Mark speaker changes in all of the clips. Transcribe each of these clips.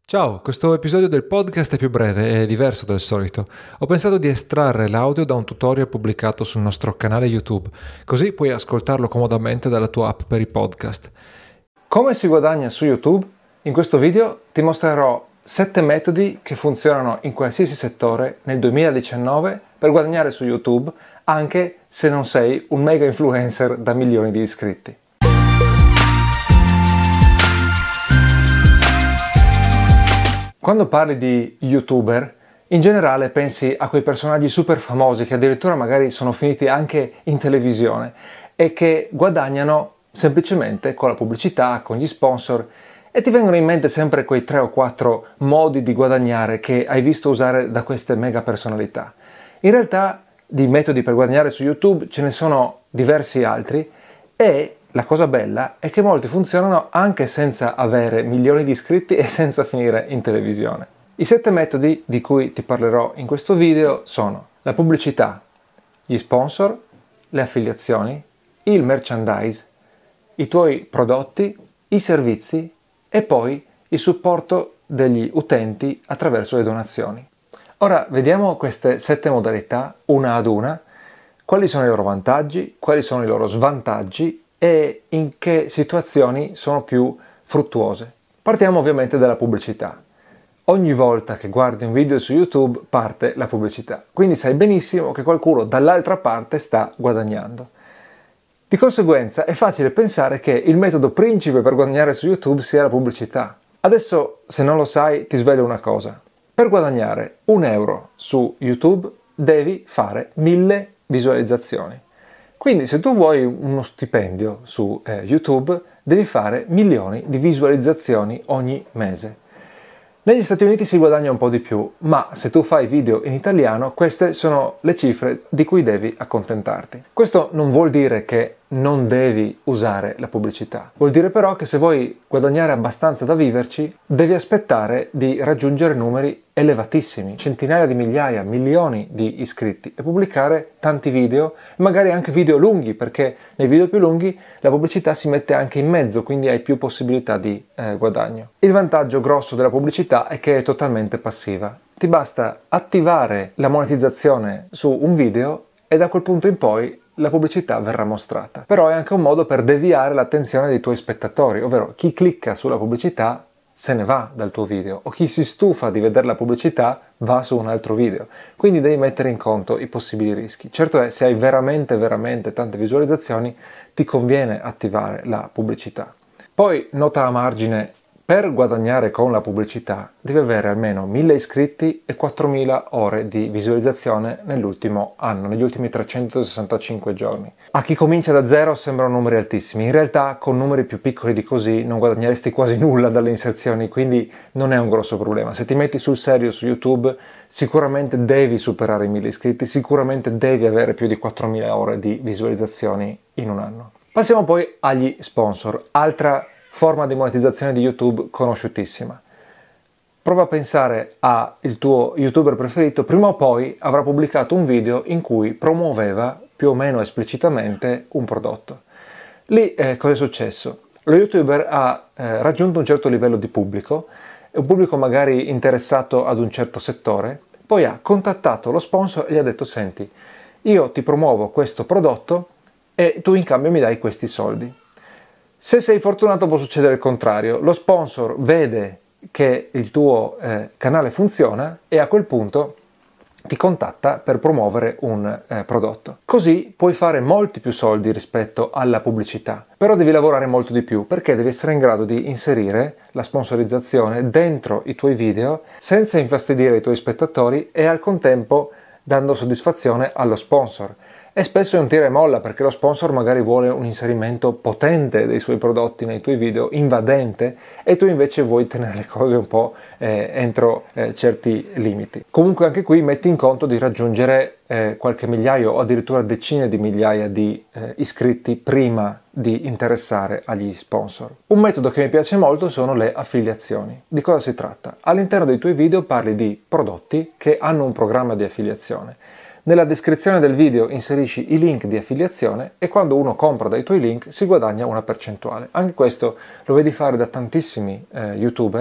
Speaker 1: Ciao, questo episodio del podcast è più breve e diverso del solito. Ho pensato di estrarre l'audio da un tutorial pubblicato sul nostro canale YouTube, così puoi ascoltarlo comodamente dalla tua app per i podcast.
Speaker 2: Come si guadagna su YouTube? In questo video ti mostrerò 7 metodi che funzionano in qualsiasi settore nel 2019 per guadagnare su YouTube, anche se non sei un mega influencer da milioni di iscritti. Quando parli di YouTuber, in generale pensi a quei personaggi super famosi che addirittura magari sono finiti anche in televisione e che guadagnano semplicemente con la pubblicità, con gli sponsor, e ti vengono in mente sempre quei 3 o 4 modi di guadagnare che hai visto usare da queste mega personalità. In realtà di metodi per guadagnare su YouTube ce ne sono diversi altri e la cosa bella è che molti funzionano anche senza avere milioni di iscritti e senza finire in televisione. I 7 metodi di cui ti parlerò in questo video sono la pubblicità, gli sponsor, le affiliazioni, il merchandise, i tuoi prodotti, i servizi e poi il supporto degli utenti attraverso le donazioni. Ora vediamo queste 7 modalità una ad una, quali sono i loro vantaggi, quali sono i loro svantaggi e in che situazioni sono più fruttuose. Partiamo ovviamente dalla pubblicità. Ogni volta che guardi un video su YouTube parte la pubblicità, quindi sai benissimo che qualcuno dall'altra parte sta guadagnando. Di conseguenza è facile pensare che il metodo principe per guadagnare su YouTube sia la pubblicità. Adesso, se non lo sai, ti svelo una cosa. Per guadagnare €1 su YouTube devi fare 1000 visualizzazioni. Quindi se tu vuoi uno stipendio su YouTube devi fare milioni di visualizzazioni ogni mese. Negli Stati Uniti si guadagna un po' di più, ma se tu fai video in italiano queste sono le cifre di cui devi accontentarti. Questo non vuol dire che non devi usare la pubblicità, vuol dire però che se vuoi guadagnare abbastanza da viverci devi aspettare di raggiungere numeri elevatissimi, centinaia di migliaia, milioni di iscritti e pubblicare tanti video, magari anche video lunghi, perché nei video più lunghi la pubblicità si mette anche in mezzo, quindi hai più possibilità di guadagno. Il vantaggio grosso della pubblicità è che è totalmente passiva. Ti basta attivare la monetizzazione su un video e da quel punto in poi la pubblicità verrà mostrata. Però è anche un modo per deviare l'attenzione dei tuoi spettatori, ovvero chi clicca sulla pubblicità se ne va dal tuo video, o chi si stufa di vedere la pubblicità va su un altro video. Quindi devi mettere in conto i possibili rischi. Certo è, se hai veramente tante visualizzazioni, ti conviene attivare la pubblicità. Poi, nota a margine, per guadagnare con la pubblicità devi avere almeno 1000 iscritti e 4000 ore di visualizzazione nell'ultimo anno, negli ultimi 365 giorni. A chi comincia da zero sembrano numeri altissimi, in realtà con numeri più piccoli di così non guadagneresti quasi nulla dalle inserzioni, quindi non è un grosso problema. Se ti metti sul serio su YouTube sicuramente devi superare i 1000 iscritti, sicuramente devi avere più di 4000 ore di visualizzazioni in un anno. Passiamo poi agli sponsor, altra forma di monetizzazione di YouTube conosciutissima. Prova a pensare al tuo YouTuber preferito, prima o poi avrà pubblicato un video in cui promuoveva più o meno esplicitamente un prodotto. Lì cosa è successo? Lo YouTuber ha raggiunto un certo livello di pubblico, un pubblico magari interessato ad un certo settore, poi ha contattato lo sponsor e gli ha detto: senti, io ti promuovo questo prodotto e tu in cambio mi dai questi soldi. Se sei fortunato può succedere il contrario, lo sponsor vede che il tuo canale funziona e a quel punto ti contatta per promuovere un prodotto. Così puoi fare molti più soldi rispetto alla pubblicità, però devi lavorare molto di più perché devi essere in grado di inserire la sponsorizzazione dentro i tuoi video senza infastidire i tuoi spettatori e al contempo dando soddisfazione allo sponsor. E spesso è un tira e molla perché lo sponsor magari vuole un inserimento potente dei suoi prodotti nei tuoi video, invadente, e tu invece vuoi tenere le cose un po' entro certi limiti. Comunque anche qui metti in conto di raggiungere qualche migliaio o addirittura decine di migliaia di iscritti prima di interessare agli sponsor. Un metodo che mi piace molto sono le affiliazioni. Di cosa si tratta? All'interno dei tuoi video parli di prodotti che hanno un programma di affiliazione. Nella descrizione del video inserisci i link di affiliazione e quando uno compra dai tuoi link si guadagna una percentuale. Anche questo lo vedi fare da tantissimi YouTuber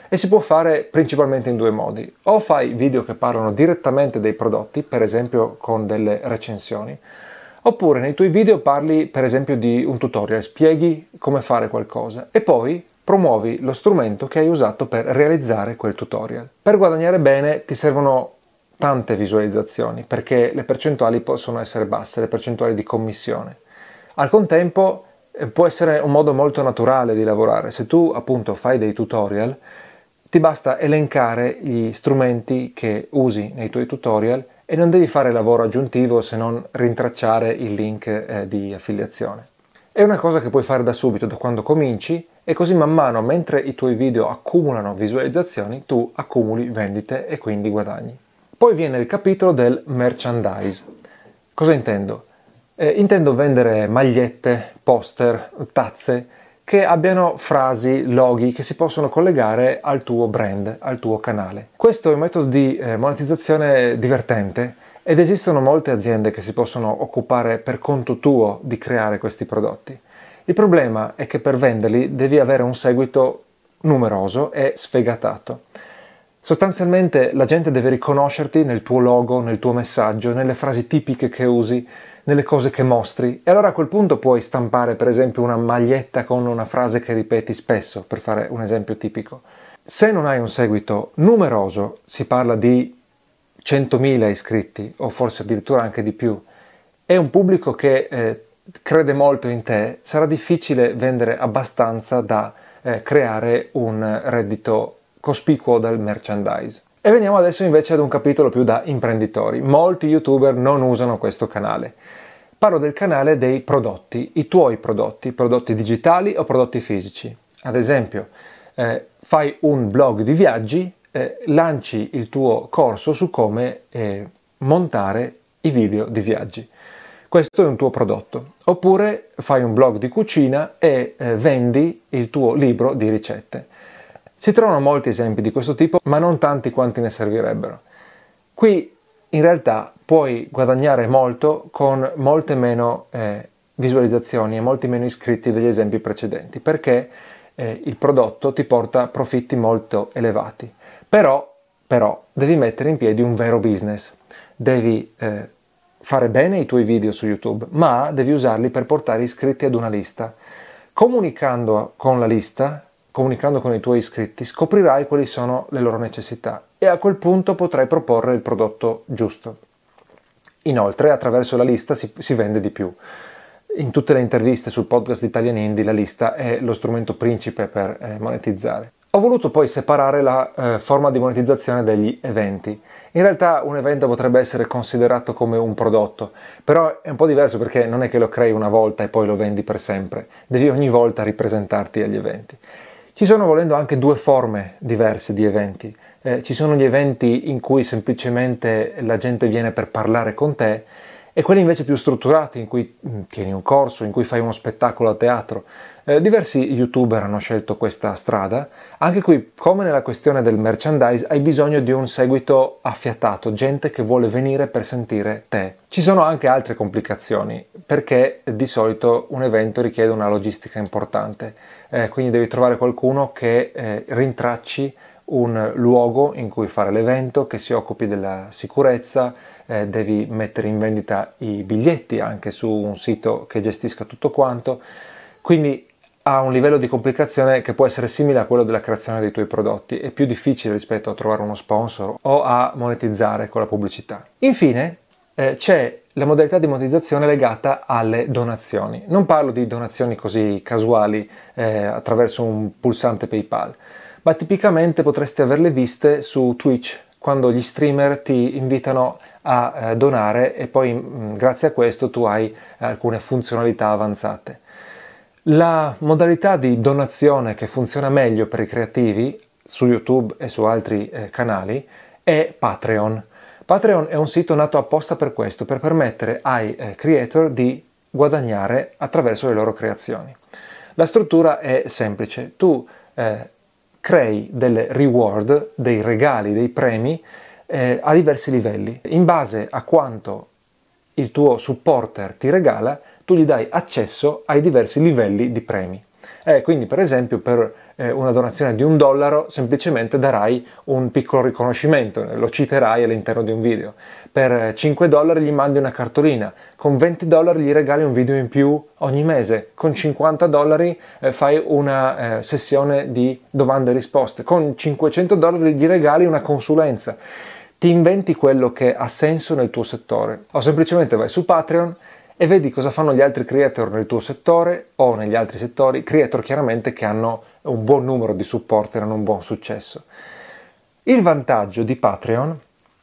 Speaker 2: e si può fare principalmente in due modi. O fai video che parlano direttamente dei prodotti, per esempio con delle recensioni, oppure nei tuoi video parli per esempio di un tutorial, spieghi come fare qualcosa e poi promuovi lo strumento che hai usato per realizzare quel tutorial. Per guadagnare bene ti servono tante visualizzazioni perché le percentuali possono essere basse, le percentuali di commissione. Al contempo può essere un modo molto naturale di lavorare. Se tu appunto fai dei tutorial, ti basta elencare gli strumenti che usi nei tuoi tutorial e non devi fare lavoro aggiuntivo se non rintracciare il link di affiliazione. È una cosa che puoi fare da subito, da quando cominci, e così man mano, mentre i tuoi video accumulano visualizzazioni, tu accumuli vendite e quindi guadagni. Poi viene il capitolo del merchandise. Cosa intendo? Intendo vendere magliette, poster, tazze che abbiano frasi, loghi che si possono collegare al tuo brand, al tuo canale. Questo è un metodo di monetizzazione divertente ed esistono molte aziende che si possono occupare per conto tuo di creare questi prodotti. Il problema è che per venderli devi avere un seguito numeroso e sfegatato. Sostanzialmente la gente deve riconoscerti nel tuo logo, nel tuo messaggio, nelle frasi tipiche che usi, nelle cose che mostri, e allora a quel punto puoi stampare per esempio una maglietta con una frase che ripeti spesso, per fare un esempio tipico. Se non hai un seguito numeroso, si parla di 100.000 iscritti o forse addirittura anche di più, e un pubblico che crede molto in te, sarà difficile vendere abbastanza da creare un reddito cospicuo dal merchandise. E veniamo adesso invece ad un capitolo più da imprenditori. Molti youtuber non usano questo canale. Parlo del canale dei prodotti, i tuoi prodotti digitali o prodotti fisici. Ad esempio, fai un blog di viaggi, lanci il tuo corso su come montare i video di viaggi. Questo è un tuo prodotto. Oppure fai un blog di cucina e vendi il tuo libro di ricette. Si trovano molti esempi di questo tipo, ma non tanti quanti ne servirebbero. Qui in realtà puoi guadagnare molto con molte meno visualizzazioni e molti meno iscritti degli esempi precedenti, perché il prodotto ti porta profitti molto elevati. Però devi mettere in piedi un vero business. Devi fare bene i tuoi video su YouTube, ma devi usarli per portare iscritti ad una lista. Comunicando con la lista, comunicando con i tuoi iscritti, scoprirai quali sono le loro necessità e a quel punto potrai proporre il prodotto giusto. Inoltre, attraverso la lista si vende di più. In tutte le interviste sul podcast Italian Indie la lista è lo strumento principe per monetizzare. Ho voluto poi separare la forma di monetizzazione degli eventi. In realtà un evento potrebbe essere considerato come un prodotto, però è un po' diverso perché non è che lo crei una volta e poi lo vendi per sempre. Devi ogni volta ripresentarti agli eventi. Ci sono, volendo, anche due forme diverse di eventi. Ci sono gli eventi in cui semplicemente la gente viene per parlare con te e quelli invece più strutturati in cui tieni un corso, in cui fai uno spettacolo a teatro. Diversi youtuber hanno scelto questa strada. Anche qui, come nella questione del merchandise, hai bisogno di un seguito affiatato, gente che vuole venire per sentire te. Ci sono anche altre complicazioni, perché di solito un evento richiede una logistica importante, quindi devi trovare qualcuno che rintracci un luogo in cui fare l'evento, che si occupi della sicurezza, devi mettere in vendita i biglietti anche su un sito che gestisca tutto quanto, quindi ha un livello di complicazione che può essere simile a quello della creazione dei tuoi prodotti, è più difficile rispetto a trovare uno sponsor o a monetizzare con la pubblicità. Infine c'è la modalità di monetizzazione legata alle donazioni. Non parlo di donazioni così casuali attraverso un pulsante PayPal, ma tipicamente potresti averle viste su Twitch, quando gli streamer ti invitano a donare e poi grazie a questo tu hai alcune funzionalità avanzate. La modalità di donazione che funziona meglio per i creativi su YouTube e su altri canali è Patreon. Patreon è un sito nato apposta per questo, per permettere ai creator di guadagnare attraverso le loro creazioni. La struttura è semplice. Tu crei delle reward, dei regali, dei premi a diversi livelli. In base a quanto il tuo supporter ti regala, tu gli dai accesso ai diversi livelli di premi. Quindi per esempio per una donazione di $1, semplicemente darai un piccolo riconoscimento, lo citerai all'interno di un video. Per $5 gli mandi una cartolina, con $20 gli regali un video in più ogni mese, con $50 fai una sessione di domande e risposte, con $500 gli regali una consulenza. Ti inventi quello che ha senso nel tuo settore, o semplicemente vai su Patreon e vedi cosa fanno gli altri creator nel tuo settore o negli altri settori, creator chiaramente che hanno un buon numero di supporter, hanno un buon successo. Il vantaggio di Patreon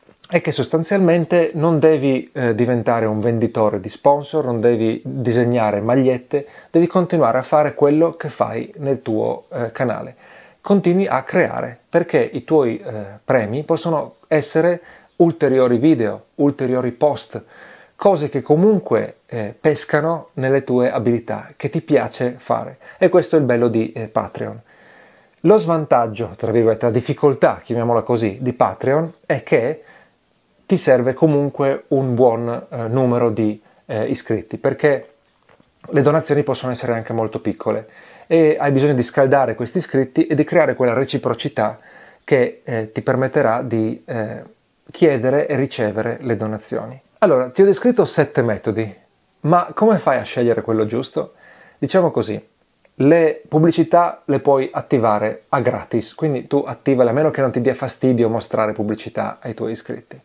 Speaker 2: è che sostanzialmente non devi diventare un venditore di sponsor, non devi disegnare magliette, devi continuare a fare quello che fai nel tuo canale. Continui a creare, perché i tuoi premi possono essere ulteriori video, ulteriori post, cose che comunque pescano nelle tue abilità, che ti piace fare. E questo è il bello di Patreon. Lo svantaggio, tra virgolette, la difficoltà, chiamiamola così, di Patreon è che ti serve comunque un buon numero di iscritti, perché le donazioni possono essere anche molto piccole e hai bisogno di scaldare questi iscritti e di creare quella reciprocità che ti permetterà di chiedere e ricevere le donazioni. Allora, ti ho descritto 7 metodi, ma come fai a scegliere quello giusto? Diciamo così, le pubblicità le puoi attivare a gratis, quindi tu attivale a meno che non ti dia fastidio mostrare pubblicità ai tuoi iscritti.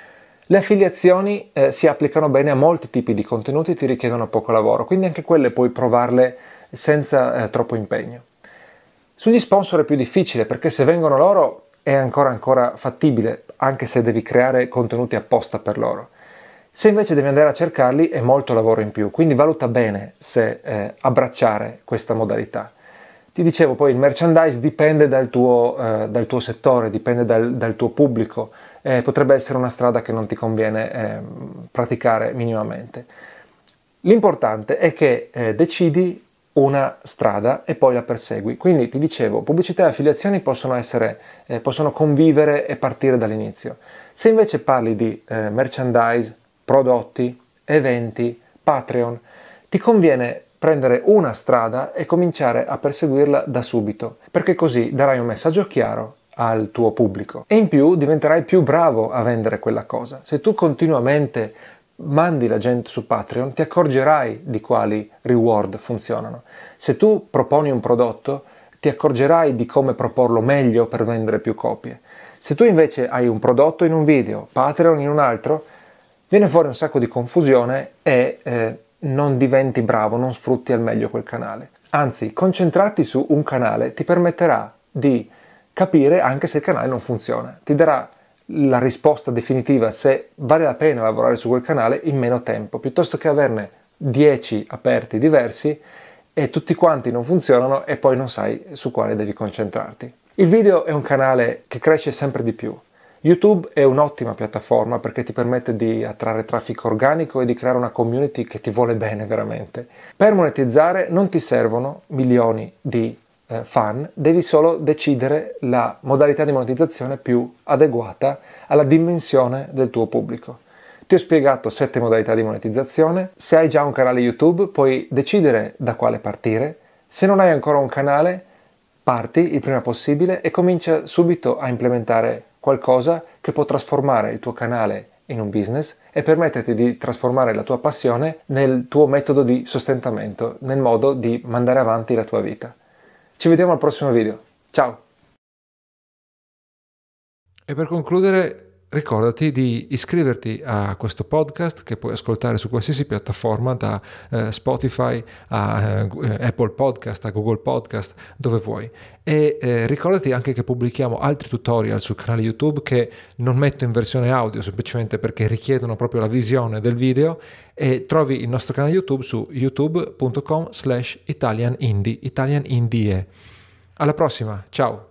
Speaker 2: Le affiliazioni si applicano bene a molti tipi di contenuti e ti richiedono poco lavoro, quindi anche quelle puoi provarle senza troppo impegno. Sugli sponsor è più difficile perché se vengono loro è ancora fattibile, anche se devi creare contenuti apposta per loro. Se invece devi andare a cercarli è molto lavoro in più, quindi valuta bene se abbracciare questa modalità. Ti dicevo poi il merchandise dipende dal tuo settore, dipende dal tuo pubblico, potrebbe essere una strada che non ti conviene praticare minimamente. L'importante è che decidi una strada e poi la persegui. Quindi ti dicevo, pubblicità e affiliazioni possono convivere e partire dall'inizio. Se invece parli di merchandise, prodotti, eventi, Patreon, ti conviene prendere una strada e cominciare a perseguirla da subito, perché così darai un messaggio chiaro al tuo pubblico e in più diventerai più bravo a vendere quella cosa. Se tu continuamente mandi la gente su Patreon, ti accorgerai di quali reward funzionano. Se tu proponi un prodotto, ti accorgerai di come proporlo meglio per vendere più copie. Se tu invece hai un prodotto in un video, Patreon in un altro, viene fuori un sacco di confusione e non diventi bravo, non sfrutti al meglio quel canale. Anzi, concentrarti su un canale ti permetterà di capire anche se il canale non funziona. Ti darà la risposta definitiva se vale la pena lavorare su quel canale in meno tempo, piuttosto che averne 10 aperti diversi e tutti quanti non funzionano e poi non sai su quale devi concentrarti. Il video è un canale che cresce sempre di più. YouTube è un'ottima piattaforma perché ti permette di attrarre traffico organico e di creare una community che ti vuole bene veramente. Per monetizzare non ti servono milioni di fan, devi solo decidere la modalità di monetizzazione più adeguata alla dimensione del tuo pubblico. Ti ho spiegato 7 modalità di monetizzazione. Se hai già un canale YouTube puoi decidere da quale partire. Se non hai ancora un canale, parti il prima possibile e comincia subito a implementare qualcosa che può trasformare il tuo canale in un business e permetterti di trasformare la tua passione nel tuo metodo di sostentamento, nel modo di mandare avanti la tua vita. Ci vediamo al prossimo video. Ciao!
Speaker 1: E per concludere, ricordati di iscriverti a questo podcast che puoi ascoltare su qualsiasi piattaforma, da Spotify a Apple Podcast, a Google Podcast, dove vuoi. E ricordati anche che pubblichiamo altri tutorial sul canale YouTube che non metto in versione audio semplicemente perché richiedono proprio la visione del video, e trovi il nostro canale YouTube su youtube.com/ItalianIndie. Alla prossima, ciao!